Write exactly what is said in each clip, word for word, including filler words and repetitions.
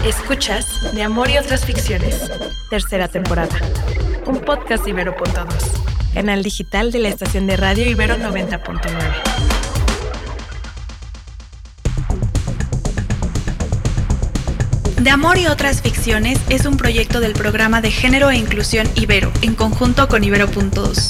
Escuchas De Amor y Otras Ficciones, tercera temporada. Un podcast de Ibero punto dos, canal digital de la estación de radio Ibero noventa punto nueve. De Amor y Otras Ficciones es un proyecto del programa de Género e Inclusión Ibero, en conjunto con Ibero punto dos.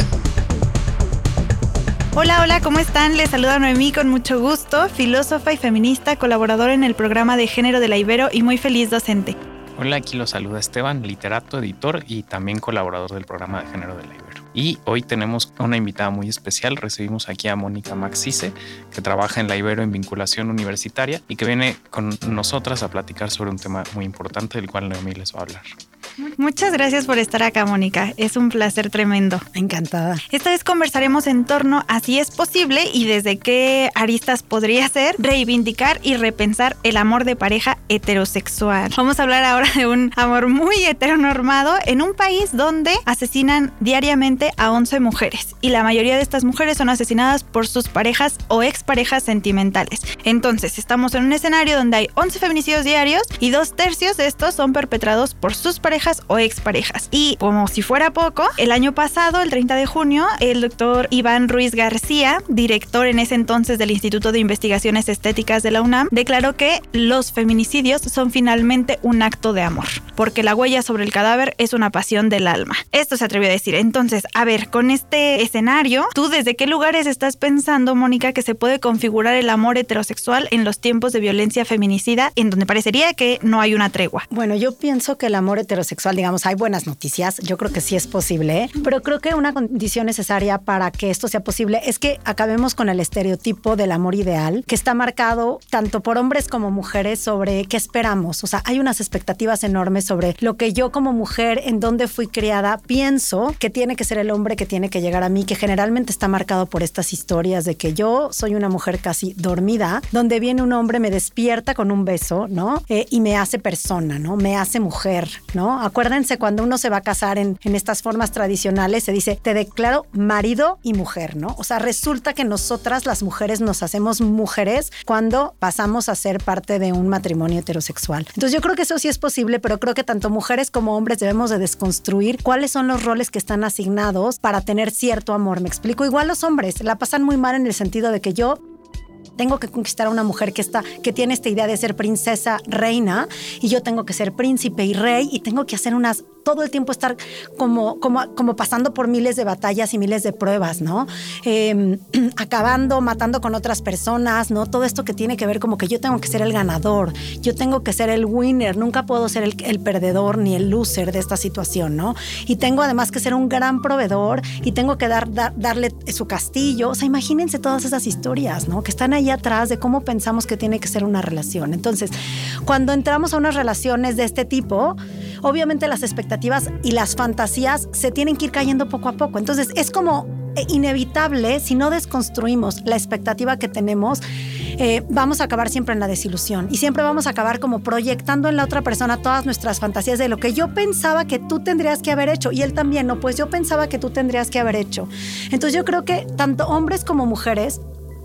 Hola, hola, ¿cómo están? Les saluda Noemí con mucho gusto, filósofa y feminista, colaboradora en el programa de Género de la Ibero y muy feliz docente. Hola, aquí los saluda Esteban, literato, editor y también colaborador del programa de Género de la Ibero. Y hoy tenemos una invitada muy especial. Recibimos aquí a Mónica Maxise, que trabaja en la Ibero en vinculación universitaria y que viene con nosotras a platicar sobre un tema muy importante del cual Noemí les va a hablar. Muchas gracias por estar acá, Mónica. Es un placer tremendo. Encantada. Esta vez conversaremos en torno a si es posible y desde qué aristas podría ser reivindicar y repensar el amor de pareja heterosexual. Vamos a hablar ahora de un amor muy heteronormado en un país donde asesinan diariamente a once mujeres y la mayoría de estas mujeres son asesinadas por sus parejas o exparejas sentimentales. Entonces, estamos en un escenario donde hay once feminicidios diarios y dos tercios de estos son perpetrados por sus parejas o exparejas. Y como si fuera poco, el año pasado, el treinta de junio, el doctor Iván Ruiz García, director en ese entonces del Instituto de Investigaciones Estéticas de la UNAM, declaró que los feminicidios son finalmente un acto de amor, porque la huella sobre el cadáver es una pasión del alma. Esto se atrevió a decir. Entonces, a ver, con este escenario, ¿tú desde qué lugares estás pensando, Mónica, que se puede configurar el amor heterosexual en los tiempos de violencia feminicida, en donde parecería que no hay una tregua? Bueno, yo pienso que el amor heterosexual, digamos, hay buenas noticias, yo creo que sí es posible, ¿eh? Pero creo que una condición necesaria para que esto sea posible es que acabemos con el estereotipo del amor ideal, que está marcado tanto por hombres como mujeres sobre qué esperamos. O sea, hay unas expectativas enormes sobre lo que yo como mujer, en donde fui criada, pienso que tiene que ser el hombre que tiene que llegar a mí, que generalmente está marcado por estas historias de que yo soy una mujer casi dormida, donde viene un hombre, me despierta con un beso, ¿no? Eh, y me hace persona, ¿no? Me hace mujer, ¿no? Acuérdense, cuando uno se va a casar en, en estas formas tradicionales, se dice, te declaro marido y mujer, ¿no? O sea, resulta que nosotras, las mujeres, nos hacemos mujeres cuando pasamos a ser parte de un matrimonio heterosexual. Entonces yo creo que eso sí es posible, pero creo que tanto mujeres como hombres debemos de desconstruir cuáles son los roles que están asignados para tener cierto amor. ¿Me explico? Igual los hombres la pasan muy mal en el sentido de que yo tengo que conquistar a una mujer que está, que tiene esta idea de ser princesa, reina, y yo tengo que ser príncipe y rey, y tengo que hacer unas, todo el tiempo estar como, como, como pasando por miles de batallas y miles de pruebas, ¿no? Eh, acabando, matando con otras personas, ¿no? Todo esto que tiene que ver como que yo tengo que ser el ganador, yo tengo que ser el winner, nunca puedo ser el, el perdedor ni el loser de esta situación, ¿no? Y tengo además que ser un gran proveedor y tengo que dar, dar, darle su castillo. O sea, imagínense todas esas historias, ¿no? Que están ahí atrás de cómo pensamos que tiene que ser una relación. Entonces, cuando entramos a unas relaciones de este tipo, obviamente las expectativas y las fantasías se tienen que ir cayendo poco a poco. Entonces, es como inevitable, si no desconstruimos la expectativa que tenemos, eh, vamos a acabar siempre en la desilusión y siempre vamos a acabar como proyectando en la otra persona todas nuestras fantasías de lo que yo pensaba que tú tendrías que haber hecho y él también, no, pues yo pensaba que tú tendrías que haber hecho. Entonces, yo creo que tanto hombres como mujeres,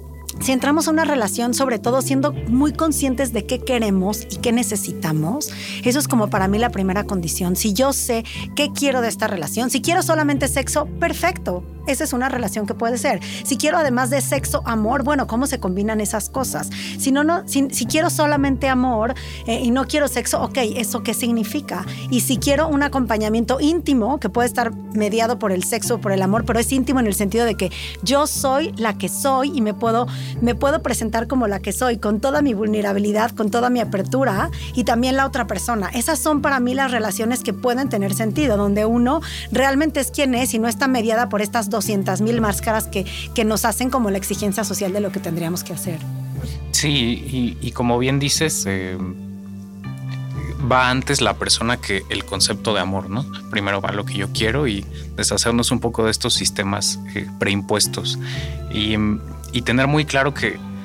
si entramos a una relación, sobre todo siendo muy conscientes de qué queremos y qué necesitamos, eso es como para mí la primera condición. Si yo sé qué quiero de esta relación, si quiero solamente sexo, perfecto. Esa es una relación que puede ser. Si quiero además de sexo, amor, bueno, ¿cómo se combinan esas cosas? Si no, no, si, si quiero solamente amor eh, y no quiero sexo, ok, ¿eso qué significa? Y si quiero un acompañamiento íntimo, que puede estar mediado por el sexo o por el amor, pero es íntimo en el sentido de que yo soy la que soy y me puedo, me puedo presentar como la que soy, con toda mi vulnerabilidad, con toda mi apertura, y también la otra persona. Esas son para mí las relaciones que pueden tener sentido, donde uno realmente es quien es y no está mediada por estas doscientas mil máscaras que, que nos hacen como la exigencia social de lo que tendríamos que hacer. Sí, y, y como bien dices, eh, va antes la persona que el concepto de amor, ¿no? Primero va lo que yo quiero y deshacernos un poco de estos sistemas eh, preimpuestos y, y tener muy claro que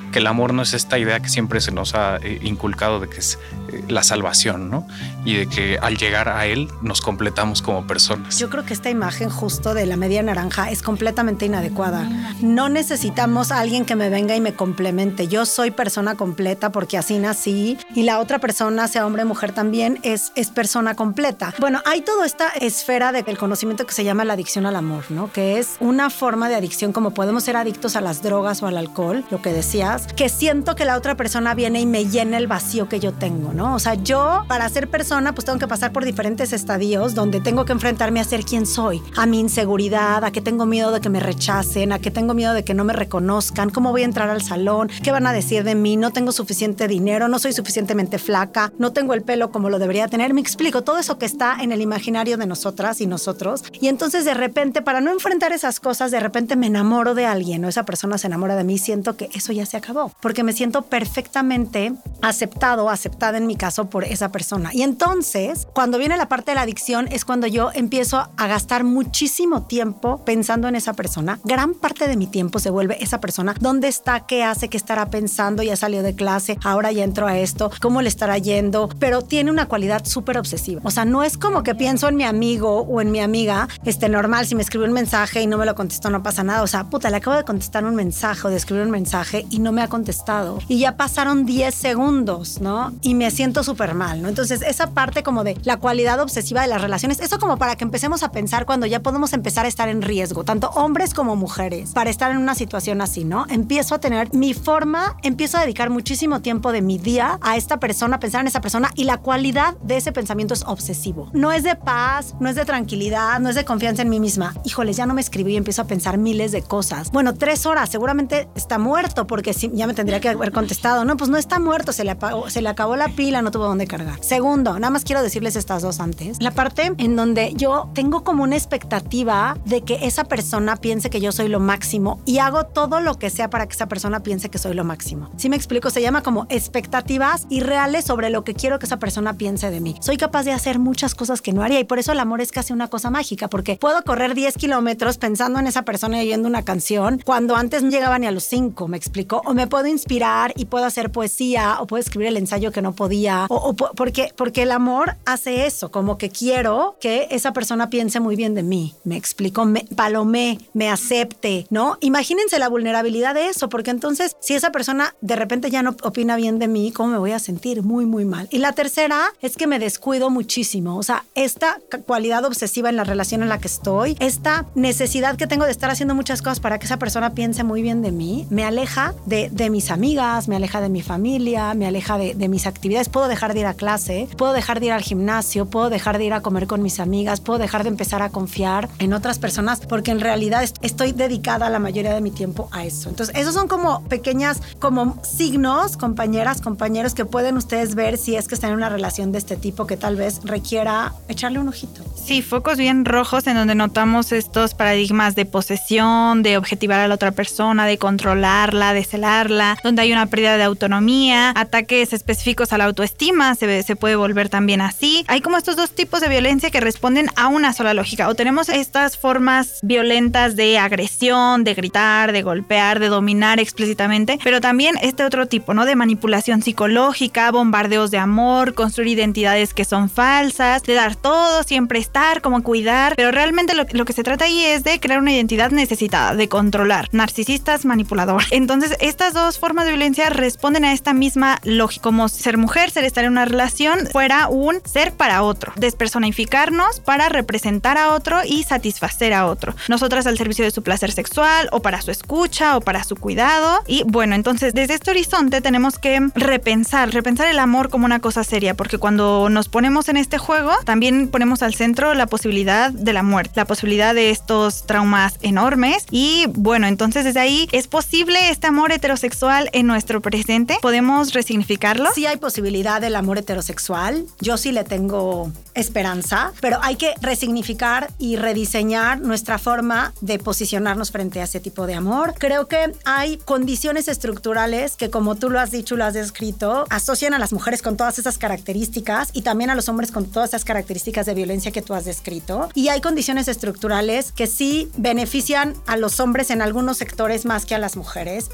que el amor no es esta idea que siempre se nos ha eh, inculcado de que es eh, la salvación, ¿no? Y de que al llegar a él nos completamos como personas. Yo creo que esta imagen justo de la media naranja es completamente inadecuada. No necesitamos a alguien que me venga y me complemente. Yo soy persona completa porque así nací, y la otra persona, sea hombre o mujer también, es, es persona completa. Bueno, hay toda esta esfera del conocimiento que se llama la adicción al amor, ¿no? Que es una forma de adicción, como podemos ser adictos a las drogas o al alcohol, lo que decías, que siento que la otra persona viene y me llena el vacío que yo tengo, ¿no? O sea, yo para ser persona pues tengo que pasar por diferentes estadios donde tengo que enfrentarme a ser quien soy, a mi inseguridad, a que tengo miedo de que me rechacen, a que tengo miedo de que no me reconozcan, cómo voy a entrar al salón, qué van a decir de mí, no tengo suficiente dinero, no soy suficientemente flaca, no tengo el pelo como lo debería tener. Me explico, todo eso que está en el imaginario de nosotras y nosotros. Y entonces de repente, para no enfrentar esas cosas, de repente me enamoro de alguien o esa persona se enamora de mí, siento que eso ya se acabó, porque me siento perfectamente aceptado, aceptada en mi caso por esa persona. Y entonces, cuando viene la parte de la adicción, es cuando yo empiezo a gastar muchísimo tiempo pensando en esa persona. Gran parte de mi tiempo se vuelve esa persona. ¿Dónde está? ¿Qué hace? ¿Qué estará pensando? Ya salió de clase, ahora ya entró a esto, ¿cómo le estará yendo? Pero tiene una cualidad súper obsesiva. O sea, no es como que pienso en mi amigo o en mi amiga, este, normal, si me escribió un mensaje y no me lo contestó, no pasa nada. O sea, puta, le acabo de contestar un mensaje o de escribir un mensaje y no me ha contestado. Y ya pasaron diez segundos, ¿no? Y me siento súper mal, ¿no? Entonces, esa parte como de la cualidad obsesiva de las relaciones, eso como para que empecemos a pensar cuando ya podemos empezar a estar en riesgo, tanto hombres como mujeres, para estar en una situación así, ¿no? Empiezo a tener mi forma, empiezo a dedicar muchísimo tiempo de mi día a esta persona, a pensar en esa persona, y la cualidad de ese pensamiento es obsesivo. No es de paz, no es de tranquilidad, no es de confianza en mí misma. Híjoles, ya no me escribí y empiezo a pensar miles de cosas. Bueno, tres horas, seguramente está muerto porque sí, ya me tendría que haber contestado. No, pues no está muerto, se le, apagó, se le acabó la pila, no tuvo dónde cargar. Segundo, nada más quiero decirles estas dos antes. La parte en donde yo tengo como una expectativa de que esa persona piense que yo soy lo máximo y hago todo lo que sea para que esa persona piense que soy lo máximo. ¿Sí me explico? Se llama como expectativas irreales sobre lo que quiero que esa persona piense de mí. Soy capaz de hacer muchas cosas que no haría, y por eso el amor es casi una cosa mágica, porque puedo correr diez kilómetros pensando en esa persona y oyendo una canción cuando antes no llegaba ni a los cinco, ¿me explico? O me puedo inspirar y puedo hacer poesía, o puedo escribir el ensayo que no podía, o, o porque, porque el amor hace eso, como que quiero que esa persona piense muy bien de mí, ¿me explico? Me palomé, me acepte, ¿no? Imagínense la vulnerabilidad de eso, porque entonces si esa persona de repente ya no opina bien de mí, ¿cómo me voy a sentir? Muy, muy mal. Y la tercera es que me descuido muchísimo. O sea, esta cualidad obsesiva en la relación en la que estoy, esta necesidad que tengo de estar haciendo muchas cosas para que esa persona piense muy bien de mí, me aleja de, de mis amigas, me aleja de mi familia, me aleja de, de mis actividades. Puedo dejar de ir a clase, puedo dejar de ir al gimnasio, puedo dejar de ir a comer con mis amigas, puedo dejar de empezar a confiar en otras personas, porque en realidad estoy dedicada la mayoría de mi tiempo a eso. Entonces, esos son como pequeñas, como signos, compañeras, compañeros, que pueden ustedes ver si es que están en una relación de este tipo que tal vez requiera echarle un ojito. Sí, focos bien rojos en donde notamos estos paradigmas de posesión, de objetivar a la otra persona, de controlarla, de celarla, donde hay una pérdida de autonomía, ataques específicos a la autoestima, se, se puede volver también así. Hay como estos dos tipos de violencia que responden a una sola lógica. O tenemos estas formas violentas de agresión, de gritar, de golpear, de dominar explícitamente, pero también este otro tipo, ¿no? De manipulación psicológica, bombardeos de amor, construir identidades que son falsas, de dar todo, siempre estar, como cuidar, pero realmente lo, lo que se trata ahí es de crear una identidad necesitada, de controlar, narcisistas, manipuladores. Entonces, estas dos formas de violencia responden a esta misma lógica, como ser mujer, ser estar en una relación, fuera un ser para otro, despersonificarnos para representar a otro y satisfacer a otro. Nosotras al servicio de su placer sexual, o para su escucha, o para su cuidado. Y bueno, entonces, desde este horizonte tenemos que repensar, repensar el amor como una cosa seria, porque cuando nos ponemos en este juego, también ponemos al centro la posibilidad de la muerte, la posibilidad de estos traumas enormes. Y bueno, entonces desde ahí, ¿es posible este amor heterosexual en nuestro presente? ¿Podemos resignificarlo? Sí hay posibilidad del amor heterosexual. Yo sí le tengo esperanza, pero hay que resignificar y rediseñar nuestra forma de posicionarnos frente a ese tipo de amor. Creo que hay condiciones estructurales que, como tú lo has dicho, lo has descrito, asocian a las mujeres con todas esas características y también a los hombres con todas esas características de violencia que tú has descrito. Y hay condiciones estructurales que sí benefician a los hombres en algunos sectores más que a las mujeres, y que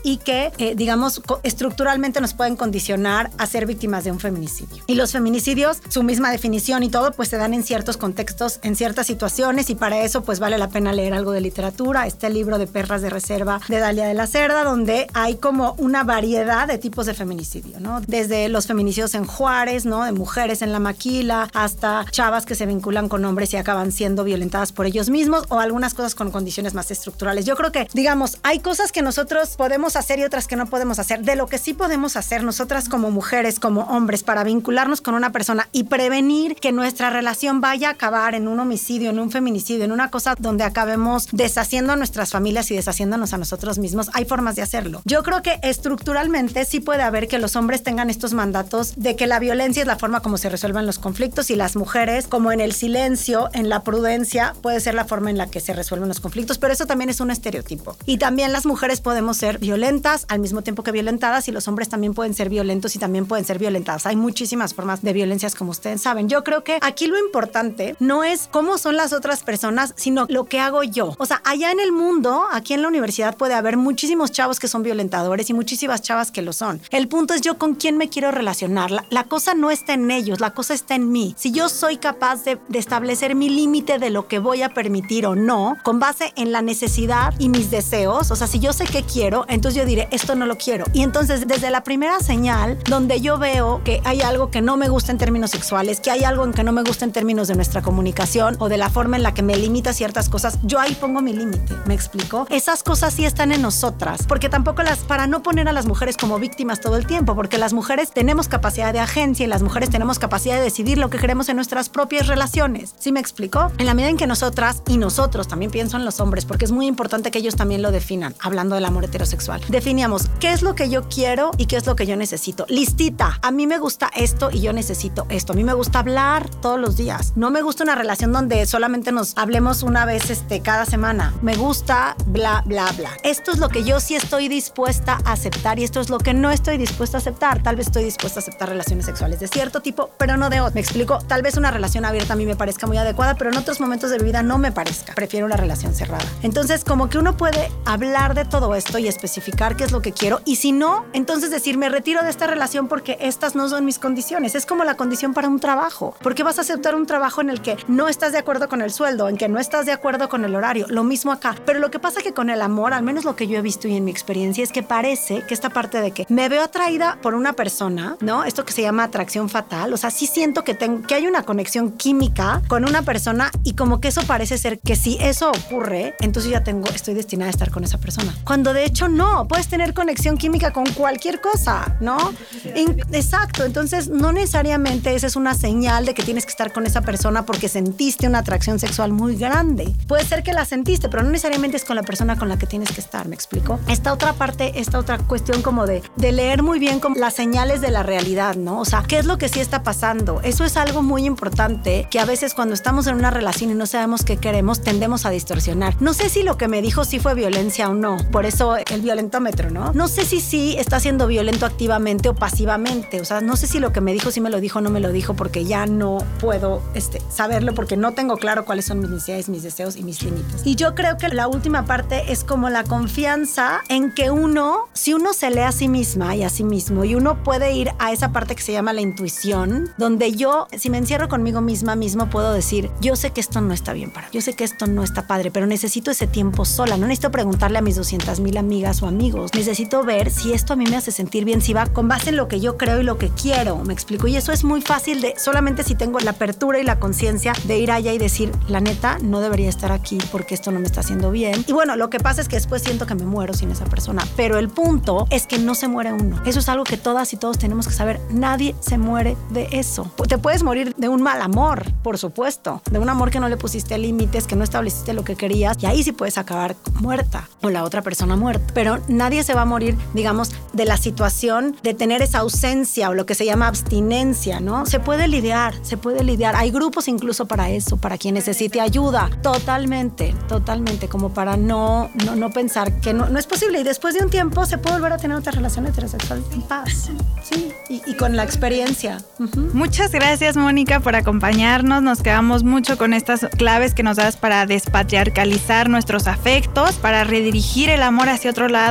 que, eh, digamos, estructuralmente nos pueden condicionar a ser víctimas de un feminicidio. Y los feminicidios, su misma definición y todo, pues se dan en ciertos contextos, en ciertas situaciones, y para eso pues vale la pena leer algo de literatura. Este libro de Perras de Reserva de Dalia de la Cerda, donde hay como una variedad de tipos de feminicidio, ¿no? Desde los feminicidios en Juárez, ¿no? De mujeres en la maquila, hasta chavas que se vinculan con hombres y acaban siendo violentadas por ellos mismos, o algunas cosas con condiciones más estructurales. Yo creo que, digamos, hay cosas que nosotros podemos hacer y otras que no podemos hacer. De lo que sí podemos hacer nosotras como mujeres, como hombres, para vincularnos con una persona y prevenir que nuestra relación vaya a acabar en un homicidio, en un feminicidio, en una cosa donde acabemos deshaciendo a nuestras familias y deshaciéndonos a nosotros mismos, hay formas de hacerlo. Yo creo que estructuralmente sí puede haber que los hombres tengan estos mandatos de que la violencia es la forma como se resuelven los conflictos, y las mujeres, como en el silencio, en la prudencia, puede ser la forma en la que se resuelven los conflictos, pero eso también es un estereotipo. Y también las mujeres podemos ser violentas al mismo tiempo que violentadas, y los hombres también pueden ser violentos y también pueden ser violentadas. Hay muchísimas formas de violencias, como ustedes saben. Yo creo que aquí lo importante no es cómo son las otras personas, sino lo que hago yo. O sea, allá en el mundo, aquí en la universidad, puede haber muchísimos chavos que son violentadores y muchísimas chavas que lo son. El punto es yo con quién me quiero relacionar. La, la cosa no está en ellos, la cosa está en mí. Si yo soy capaz de, de establecer mi límite de lo que voy a permitir o no, con base en la necesidad y mis deseos, o sea, si yo sé qué quiero, entonces yo diré, esto no lo quiero. Y entonces, desde la primera señal, donde yo veo que hay algo que no me gusta en términos sexuales, que hay algo en que no me gusta en términos de nuestra comunicación o de la forma en la que me limita ciertas cosas, yo ahí pongo mi límite. ¿Me explico? Esas cosas sí están en nosotras, porque tampoco las, para no poner a las mujeres como víctimas todo el tiempo, porque las mujeres tenemos capacidad de agencia y las mujeres tenemos capacidad de decidir lo que queremos en nuestras propias relaciones. ¿Sí me explico? En la medida en que nosotras y nosotros, también pienso en los hombres, porque es muy importante que ellos también lo definan, hablando del amor heterosexual. Definamos qué es lo que yo quiero y qué es lo que yo necesito. Listita. A mí me gusta esto y yo necesito esto. A mí me gusta hablar todos los días. No me gusta una relación donde solamente nos hablemos una vez este, cada semana. Me gusta bla, bla, bla. Esto es lo que yo sí estoy dispuesta a aceptar y esto es lo que no estoy dispuesta a aceptar. Tal vez estoy dispuesta a aceptar relaciones sexuales de cierto tipo, pero no de otro. Me explico. Tal vez una relación abierta a mí me parezca muy adecuada, pero en otros momentos de mi vida no me parezca. Prefiero una relación cerrada. Entonces, como que uno puede hablar de todo esto y especificar qué es lo que quiero, y si no, entonces decir, me retiro de esta relación porque estas no son mis condiciones. Es como la condición para un trabajo. ¿Por qué vas a aceptar un trabajo en el que no estás de acuerdo con el sueldo, en que no estás de acuerdo con el horario? Lo mismo acá. Pero lo que pasa que con el amor, al menos lo que yo he visto y en mi experiencia, es que parece que esta parte de que me veo atraída por una persona, ¿no? Esto que se llama atracción fatal. O sea, sí siento que, tengo, que hay una conexión química con una persona, y como que eso parece ser que si eso ocurre, entonces ya tengo, estoy destinada a estar con esa persona. Cuando de hecho no, puedes tener conexión química con cualquier cosa, ¿no? In- exacto, entonces no necesariamente esa es una señal de que tienes que estar con esa persona porque sentiste una atracción sexual muy grande. Puede ser que la sentiste, pero no necesariamente es con la persona con la que tienes que estar, ¿me explico? Esta otra parte, esta otra cuestión como de, de leer muy bien como las señales de la realidad, ¿no? O sea, ¿qué es lo que sí está pasando? Eso es algo muy importante que a veces cuando estamos en una relación y no sabemos qué queremos, tendemos a distorsionar. No sé si lo que me dijo sí fue violencia o no, por eso el violentómetro, ¿no? No sé si sí está siendo violento activamente o pasivamente, o sea, no sé si lo que me dijo sí me lo dijo o no me lo dijo, porque ya no puedo este, saberlo, porque no tengo claro cuáles son mis necesidades, mis deseos y mis límites. Y yo creo que la última parte es como la confianza en que uno, si uno se lee a sí misma y a sí mismo, y uno puede ir a esa parte que se llama la intuición, donde yo, si me encierro conmigo misma mismo, puedo decir, yo sé que esto no está bien para mí, yo sé que esto no está padre, pero necesito ese tiempo sola, no necesito preguntarle a mis doscientas mil amigas o amigos, necesito ver si esto a mí me hace sentir bien, si va con base en lo que yo creo y lo que quiero, me explico, y eso es muy fácil de, solamente si tengo la apertura y la conciencia de ir allá y decir, la neta, no debería estar aquí porque esto no me está haciendo bien. Y bueno, lo que pasa es que después siento que me muero sin esa persona, pero el punto es que no se muere uno. Eso es algo que todas y todos tenemos que saber. Nadie se muere de eso. Te puedes morir de un mal amor, por supuesto, de un amor que no le pusiste límites, que no estableciste lo que querías, y ahí sí puedes acabar muerta o la otra persona muerta. Pero nadie se va a morir, digamos, de la situación de tener esa ausencia o lo que se llama abstinencia, ¿no? Se puede lidiar, se puede lidiar. Hay grupos incluso para eso, para quien necesite ayuda. Totalmente, totalmente, como para no, no, no pensar que no, no es posible. Y después de un tiempo se puede volver a tener otra relación heterosexual en paz. Sí, y, y con la experiencia. Uh-huh. Muchas gracias, Mónica, por acompañarnos. Nos quedamos mucho con estas claves que nos das para despatriarcalizar nuestros afectos, para redirigir el amor hacia otro lado y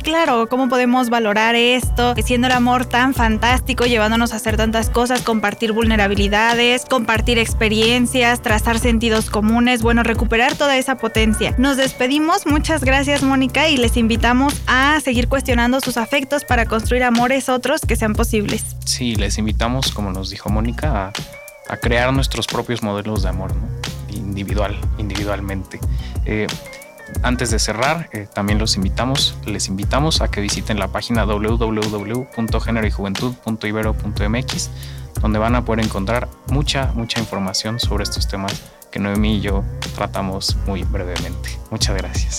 claro, ¿cómo podemos valorar esto? Siendo el amor tan fantástico, llevándonos a hacer tantas cosas, compartir vulnerabilidades, compartir experiencias, trazar sentidos comunes, bueno, recuperar toda esa potencia. Nos despedimos, muchas gracias Mónica, y les invitamos a seguir cuestionando sus afectos para construir amores otros que sean posibles. Sí, les invitamos, como nos dijo Mónica, a, a crear nuestros propios modelos de amor, ¿no? Individual, individualmente. Eh, Antes de cerrar, eh, también los invitamos, les invitamos a que visiten la página doble u doble u doble u punto género y juventud punto ibero punto m x, donde van a poder encontrar mucha, mucha información sobre estos temas que Noemí y yo tratamos muy brevemente. Muchas gracias.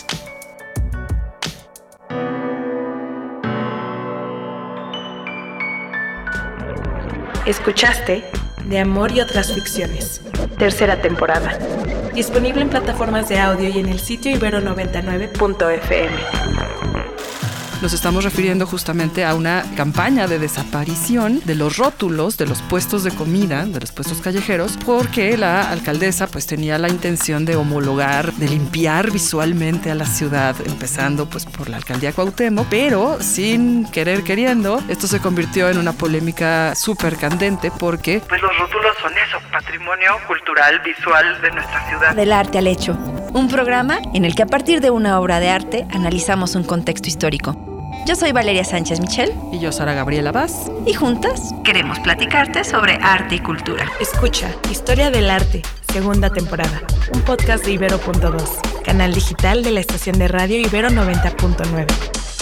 Escuchaste De Amor y Otras Ficciones, tercera temporada. Disponible en plataformas de audio y en el sitio ibero noventa y nueve punto f m. Nos estamos refiriendo justamente a una campaña de desaparición de los rótulos de los puestos de comida, de los puestos callejeros, porque la alcaldesa pues tenía la intención de homologar, de limpiar visualmente a la ciudad, empezando pues por la alcaldía Cuauhtémoc, pero sin querer queriendo, esto se convirtió en una polémica súper candente porque pues los rótulos son eso, patrimonio cultural, visual de nuestra ciudad. Del arte al hecho, un programa en el que a partir de una obra de arte analizamos un contexto histórico. Yo soy Valeria Sánchez Michel. Y yo, Sara Gabriela Vaz. Y juntas queremos platicarte sobre arte y cultura. Escucha Historia del Arte, segunda temporada. Un podcast de Ibero punto dos, canal digital de la estación de radio Ibero noventa punto nueve.